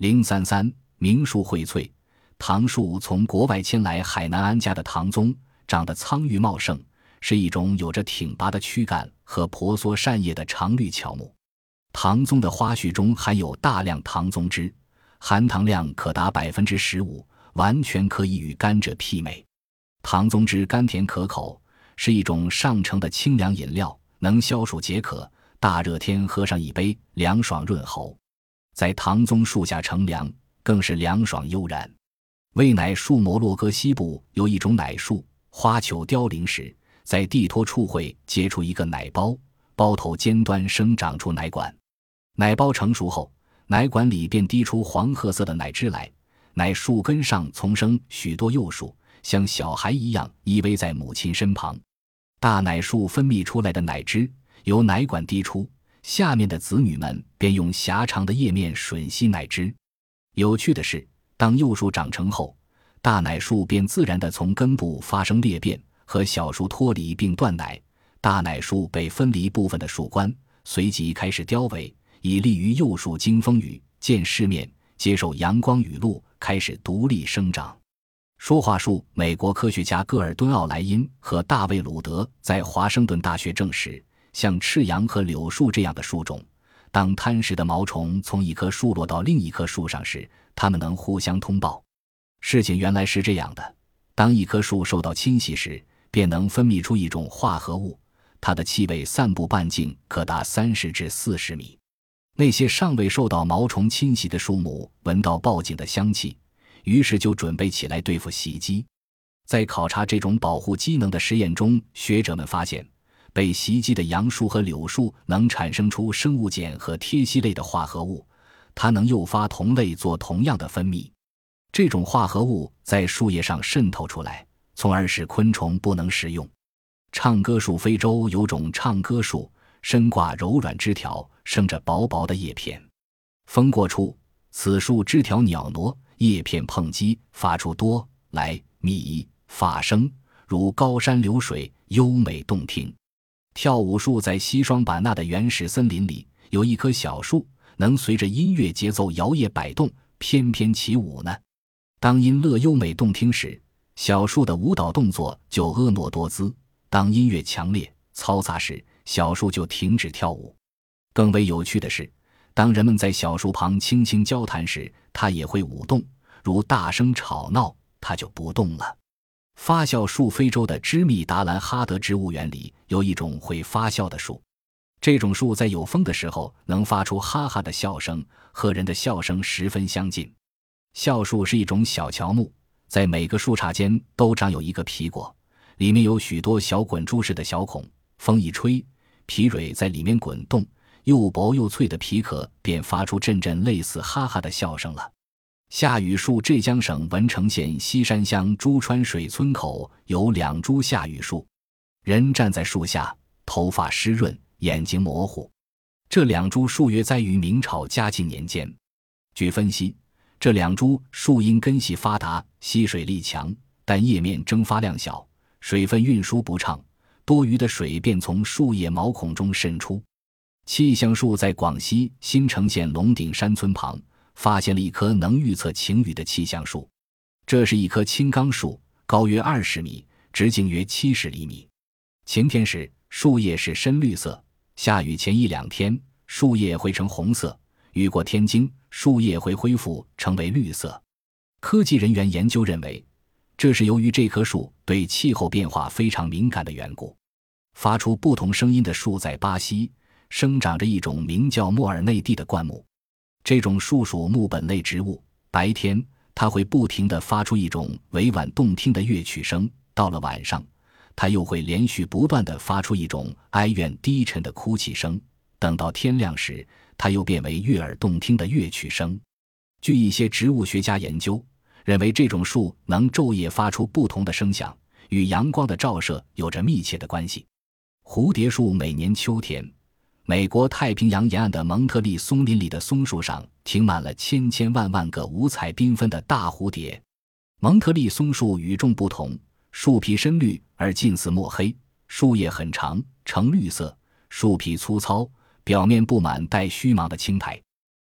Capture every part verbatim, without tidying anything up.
零三三名树荟萃。唐树从国外迁来海南安家的唐棕，长得苍郁茂盛，是一种有着挺拔的躯干和婆娑扇叶的常绿乔木。唐棕的花序中含有大量唐棕汁，含糖量可达 百分之十五， 完全可以与甘蔗媲美。唐棕汁甘甜可口，是一种上乘的清凉饮料，能消暑解渴，大热天喝上一杯，凉爽润喉。在唐棕树下乘凉，更是凉爽悠然。喂奶树摩洛哥西部有一种奶树，花球凋零时，在地托处会结出一个奶包，包头尖端生长出奶管。奶包成熟后，奶管里便滴出黄褐色的奶汁来，奶树根上丛生许多幼树，像小孩一样依偎在母亲身旁。大奶树分泌出来的奶汁由奶管滴出，下面的子女们便用狭长的叶面吮吸奶汁。有趣的是，当幼树长成后，大奶树便自然地从根部发生裂变，和小树脱离并断奶，大奶树被分离部分的树冠随即开始凋萎，以利于幼树经风雨见世面，接受阳光雨露，开始独立生长。说话树，美国科学家戈尔敦·奥莱因和大卫·鲁德在华盛顿大学证实，像赤杨和柳树这样的树种，当贪食的毛虫从一棵树落到另一棵树上时，它们能互相通报。事情原来是这样的，当一棵树受到侵袭时，便能分泌出一种化合物，它的气味散布半径可达三十至四十米。那些尚未受到毛虫侵袭的树木闻到报警的香气，于是就准备起来对付袭击。在考察这种保护机能的实验中，学者们发现被袭击的杨树和柳树能产生出生物碱和萜烯类的化合物，它能诱发同类做同样的分泌。这种化合物在树叶上渗透出来，从而使昆虫不能食用。唱歌树，非洲有种唱歌树，身挂柔软枝条，生着薄薄的叶片。风过处，此树枝条袅娜，叶片碰击，发出哆来咪发声，如高山流水，优美动听。跳舞树，在西双版纳的原始森林里，有一棵小树，能随着音乐节奏摇曳摆动，翩翩起舞呢。当音乐优美动听时，小树的舞蹈动作就婀娜多姿；当音乐强烈嘈杂时，小树就停止跳舞。更为有趣的是，当人们在小树旁轻轻交谈时，它也会舞动，如大声吵闹，它就不动了。发酵树，非洲的芝密达兰哈德植物园里有一种会发酵的树，这种树在有风的时候能发出哈哈的笑声，和人的笑声十分相近。橡树是一种小乔木，在每个树杈间都长有一个皮果，里面有许多小滚珠似的小孔，风一吹，皮蕊在里面滚动，又薄又脆的皮壳便发出阵阵类似哈哈的笑声了。夏雨树，浙江省文成县西山乡珠川水村口有两株夏雨树，人站在树下，头发湿润，眼睛模糊。这两株树约栽于明朝嘉靖年间。据分析，这两株树因根系发达，吸水力强，但叶面蒸发量小，水分运输不畅，多余的水便从树叶毛孔中渗出。气象树在广西新城县龙顶山村旁发现了一棵能预测晴雨的气象树，这是一棵青冈树，高约二十米，直径约七十厘米。晴天时，树叶是深绿色，下雨前一两天，树叶会呈红色，雨过天晴，树叶会恢复成为绿色。科技人员研究认为，这是由于这棵树对气候变化非常敏感的缘故。发出不同声音的树在巴西生长着一种名叫莫尔内蒂的灌木，这种树属木本类植物，白天它会不停地发出一种委婉动听的乐曲声，到了晚上它又会连续不断地发出一种哀怨低沉的哭泣声，等到天亮时它又变为悦耳动听的乐曲声。据一些植物学家研究，认为这种树能昼夜发出不同的声响，与阳光的照射有着密切的关系。蝴蝶树，每年秋天，美国太平洋沿岸的蒙特利松林里的松树上停满了千千万万个五彩缤纷的大蝴蝶。蒙特利松树与众不同，树皮深绿而近似墨黑，树叶很长，呈绿色，树皮粗糙，表面布满带须芒的青苔。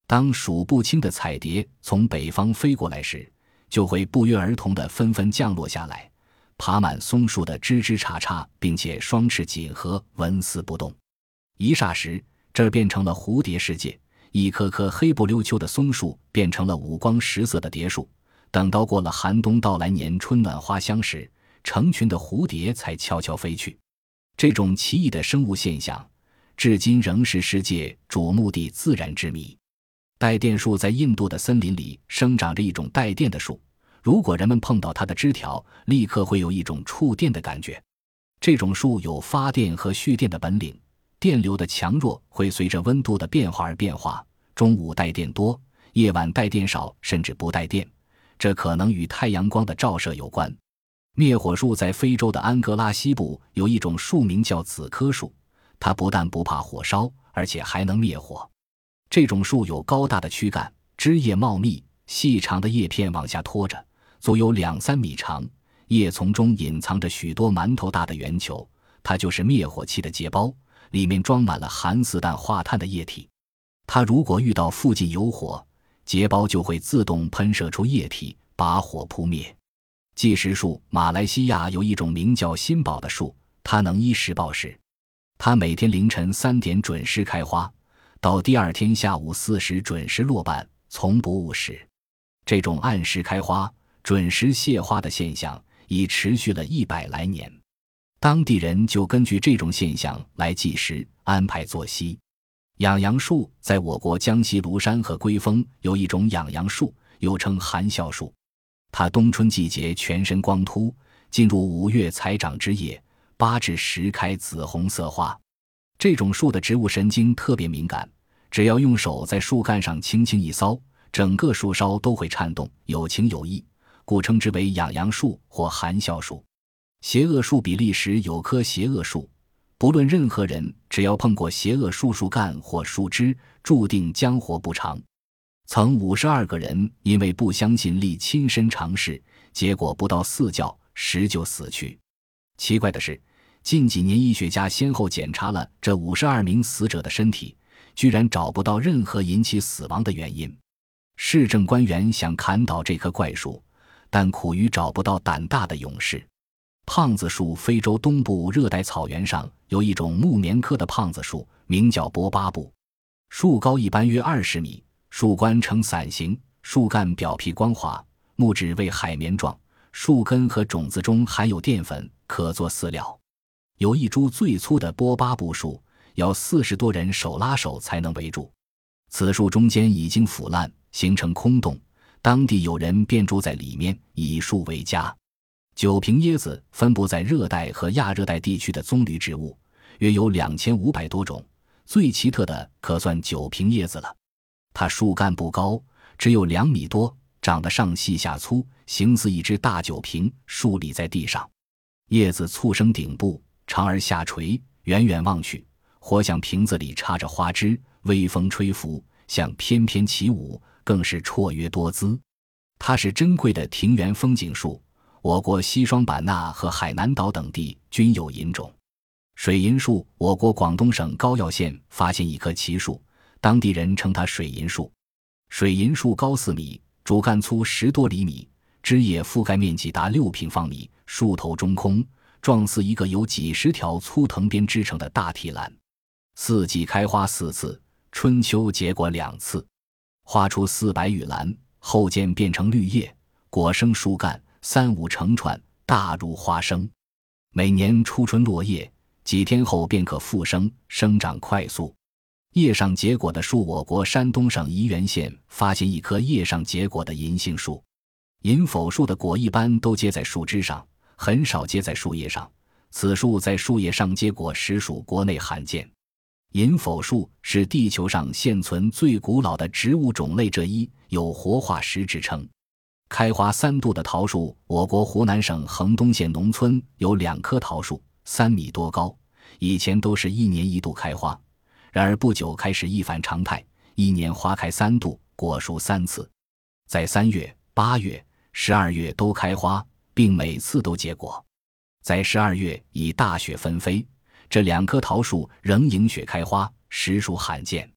当数不清的彩蝶从北方飞过来时，就会不约而同地纷纷降落下来，爬满松树的枝枝杈杈，并且双翅紧合，纹丝不动。一霎时，这儿变成了蝴蝶世界，一棵棵黑不溜秋的松树变成了五光十色的蝶树。等到过了寒冬到来年春暖花香时，成群的蝴蝶才悄悄飞去。这种奇异的生物现象，至今仍是世界瞩目的自然之谜。带电树在印度的森林里生长着一种带电的树，如果人们碰到它的枝条，立刻会有一种触电的感觉。这种树有发电和蓄电的本领，电流的强弱会随着温度的变化而变化，中午带电多，夜晚带电少，甚至不带电，这可能与太阳光的照射有关。灭火树在非洲的安哥拉西部有一种树名叫紫柯树，它不但不怕火烧，而且还能灭火。这种树有高大的躯干，枝叶茂密，细长的叶片往下拖着，足有两三米长，叶丛中隐藏着许多馒头大的圆球，它就是灭火器的结包，里面装满了含四氮化碳的液体。它如果遇到附近有火，结包就会自动喷射出液体，把火扑灭。计时树，马来西亚有一种名叫新宝的树，它能依时报时。它每天凌晨三点准时开花，到第二天下午四时准时落瓣，从不误时。这种按时开花、准时谢花的现象已持续了一百来年。当地人就根据这种现象来计时、安排作息。养杨树在我国江西庐山和龟峰有一种养杨树，又称含笑树。它冬春季节全身光秃，进入五月才长枝叶，八至十开紫红色花。这种树的植物神经特别敏感，只要用手在树干上轻轻一搔，整个树梢都会颤动，有情有义，故称之为养杨树或含笑树。邪恶树比利时有棵邪恶树，不论任何人，只要碰过邪恶树树干或树枝，注定将活不长。曾五十二个人因为不相信力亲身尝试，结果不到四觉时就死去。奇怪的是，近几年医学家先后检查了这五十二名死者的身体，居然找不到任何引起死亡的原因。市政官员想砍倒这棵怪树，但苦于找不到胆大的勇士。胖子树，非洲东部热带草原上有一种木棉科的胖子树，名叫波巴布。树高一般约二十米，树冠呈伞形，树干表皮光滑，木质为海绵状，树根和种子中含有淀粉，可做饲料。有一株最粗的波巴布树，要四十多人手拉手才能围住。此树中间已经腐烂，形成空洞，当地有人便住在里面，以树为家。九瓶椰子分布在热带和亚热带地区的棕榈植物，约有两千五百多种，最奇特的可算九瓶椰子了。它树干不高，只有两米多，长得上细下粗，形似一只大酒瓶，竖立在地上。叶子簇生顶部，长而下垂，远远望去，或像瓶子里插着花枝，微风吹拂，像翩翩起舞，更是绰约多姿。它是珍贵的庭园风景树，我国西双版纳和海南岛等地均有银种。水银树，我国广东省高要县发现一棵奇树，当地人称它水银树。水银树高四米，主干粗十多厘米，枝叶覆盖面积达六平方米，树头中空，状似一个由几十条粗藤编织成的大提篮。四季开花四次，春秋结果两次。花出四百余篮，后见变成绿叶，果生树干，三五成串，大如花生。每年初春落叶，几天后便可复生，生长快速。叶上结果的树，我国山东省沂源县发现一棵叶上结果的银杏树。银否树的果一般都结在树枝上，很少结在树叶上，此树在树叶上结果实属国内罕见。银否树是地球上现存最古老的植物种类之一，有活化石之称。开花三度的桃树，我国湖南省衡东县农村有两棵桃树，三米多高，以前都是一年一度开花，然而不久开始一反常态，一年花开三度，果熟三次，在三月、八月、十二月都开花，并每次都结果。在十二月以大雪纷飞，这两棵桃树仍迎雪开花，实属罕见。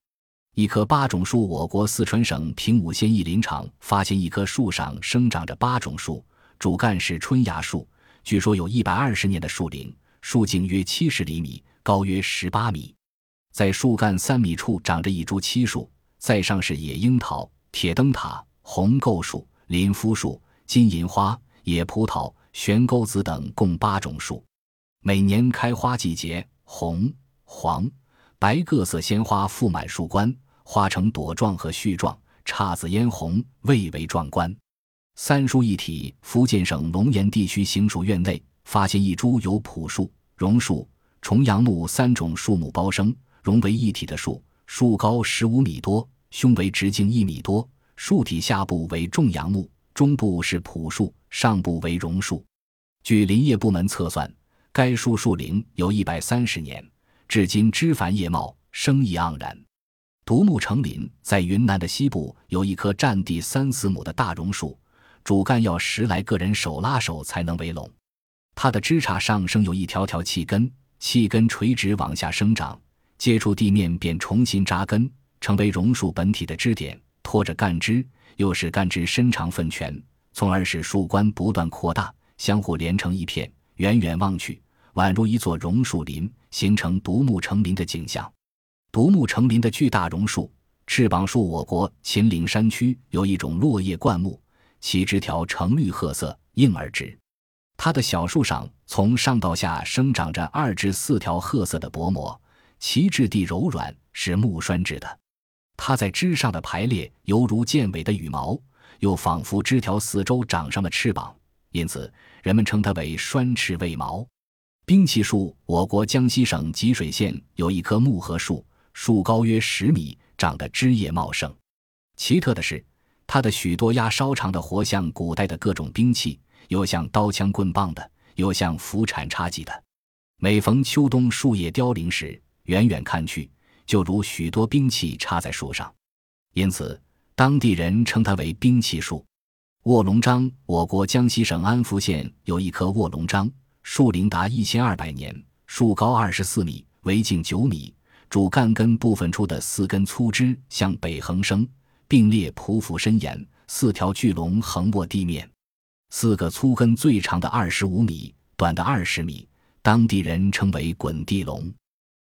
一棵八种树。我国四川省平武县一林场发现一棵树上生长着八种树，主干是春芽树，据说有一百二十年的树龄，树径约七十厘米，高约十八米。在树干三米处长着一株漆树，在上是野樱桃、铁灯塔、红构树、林夫树、金银花、野葡萄、悬钩子等共八种树。每年开花季节，红、黄、白各色鲜花覆满树冠，花呈朵状和絮状，姹紫嫣红，蔚为壮观。三树一体。福建省龙岩地区行属院内发现一株由朴树、榕树、重杨木三种树木包生融为一体的树，树高十五米多，胸围直径一米多，树体下部为重杨木，中部是朴树，上部为榕树。据林业部门测算，该树树龄有一百三十年，至今枝繁叶茂，生意盎然。独木成林。在云南的西部有一棵占地三四亩的大榕树，主干要十来个人手拉手才能围拢。它的枝杈上生有一条条气根，气根垂直往下生长，接触地面便重新扎根，成为榕树本体的支点，拖着干枝，又使干枝伸长分权，从而使树冠不断扩大，相互连成一片，远远望去，宛如一座榕树林，形成独木成林的景象。独木成林的巨大榕树，翅膀树。我国秦岭山区有一种落叶灌木，其枝条呈绿褐色，硬而直。它的小树上从上到下生长着二至四条褐色的薄膜，其质地柔软，是木栓制的。它在枝上的排列犹如剑尾的羽毛，又仿佛枝条四周长上了翅膀，因此人们称它为栓翅卫矛。兵器树。我国江西省吉水县有一棵木荷树，树高约十米，长得枝叶茂盛。奇特的是，它的许多丫稍长的活像古代的各种兵器，有像刀枪棍棒的，有像斧铲叉戟的。每逢秋冬树叶凋零时，远远看去，就如许多兵器插在树上，因此当地人称它为兵器树。卧龙樟。我国江西省安福县有一棵卧龙樟，树龄达一千二百年，树高二十四米，围径九米，主干根部分出的四根粗枝向北横生，并列匍匐伸延，四条巨龙横卧地面。四个粗根最长的二十五米，短的二十米，当地人称为滚地龙。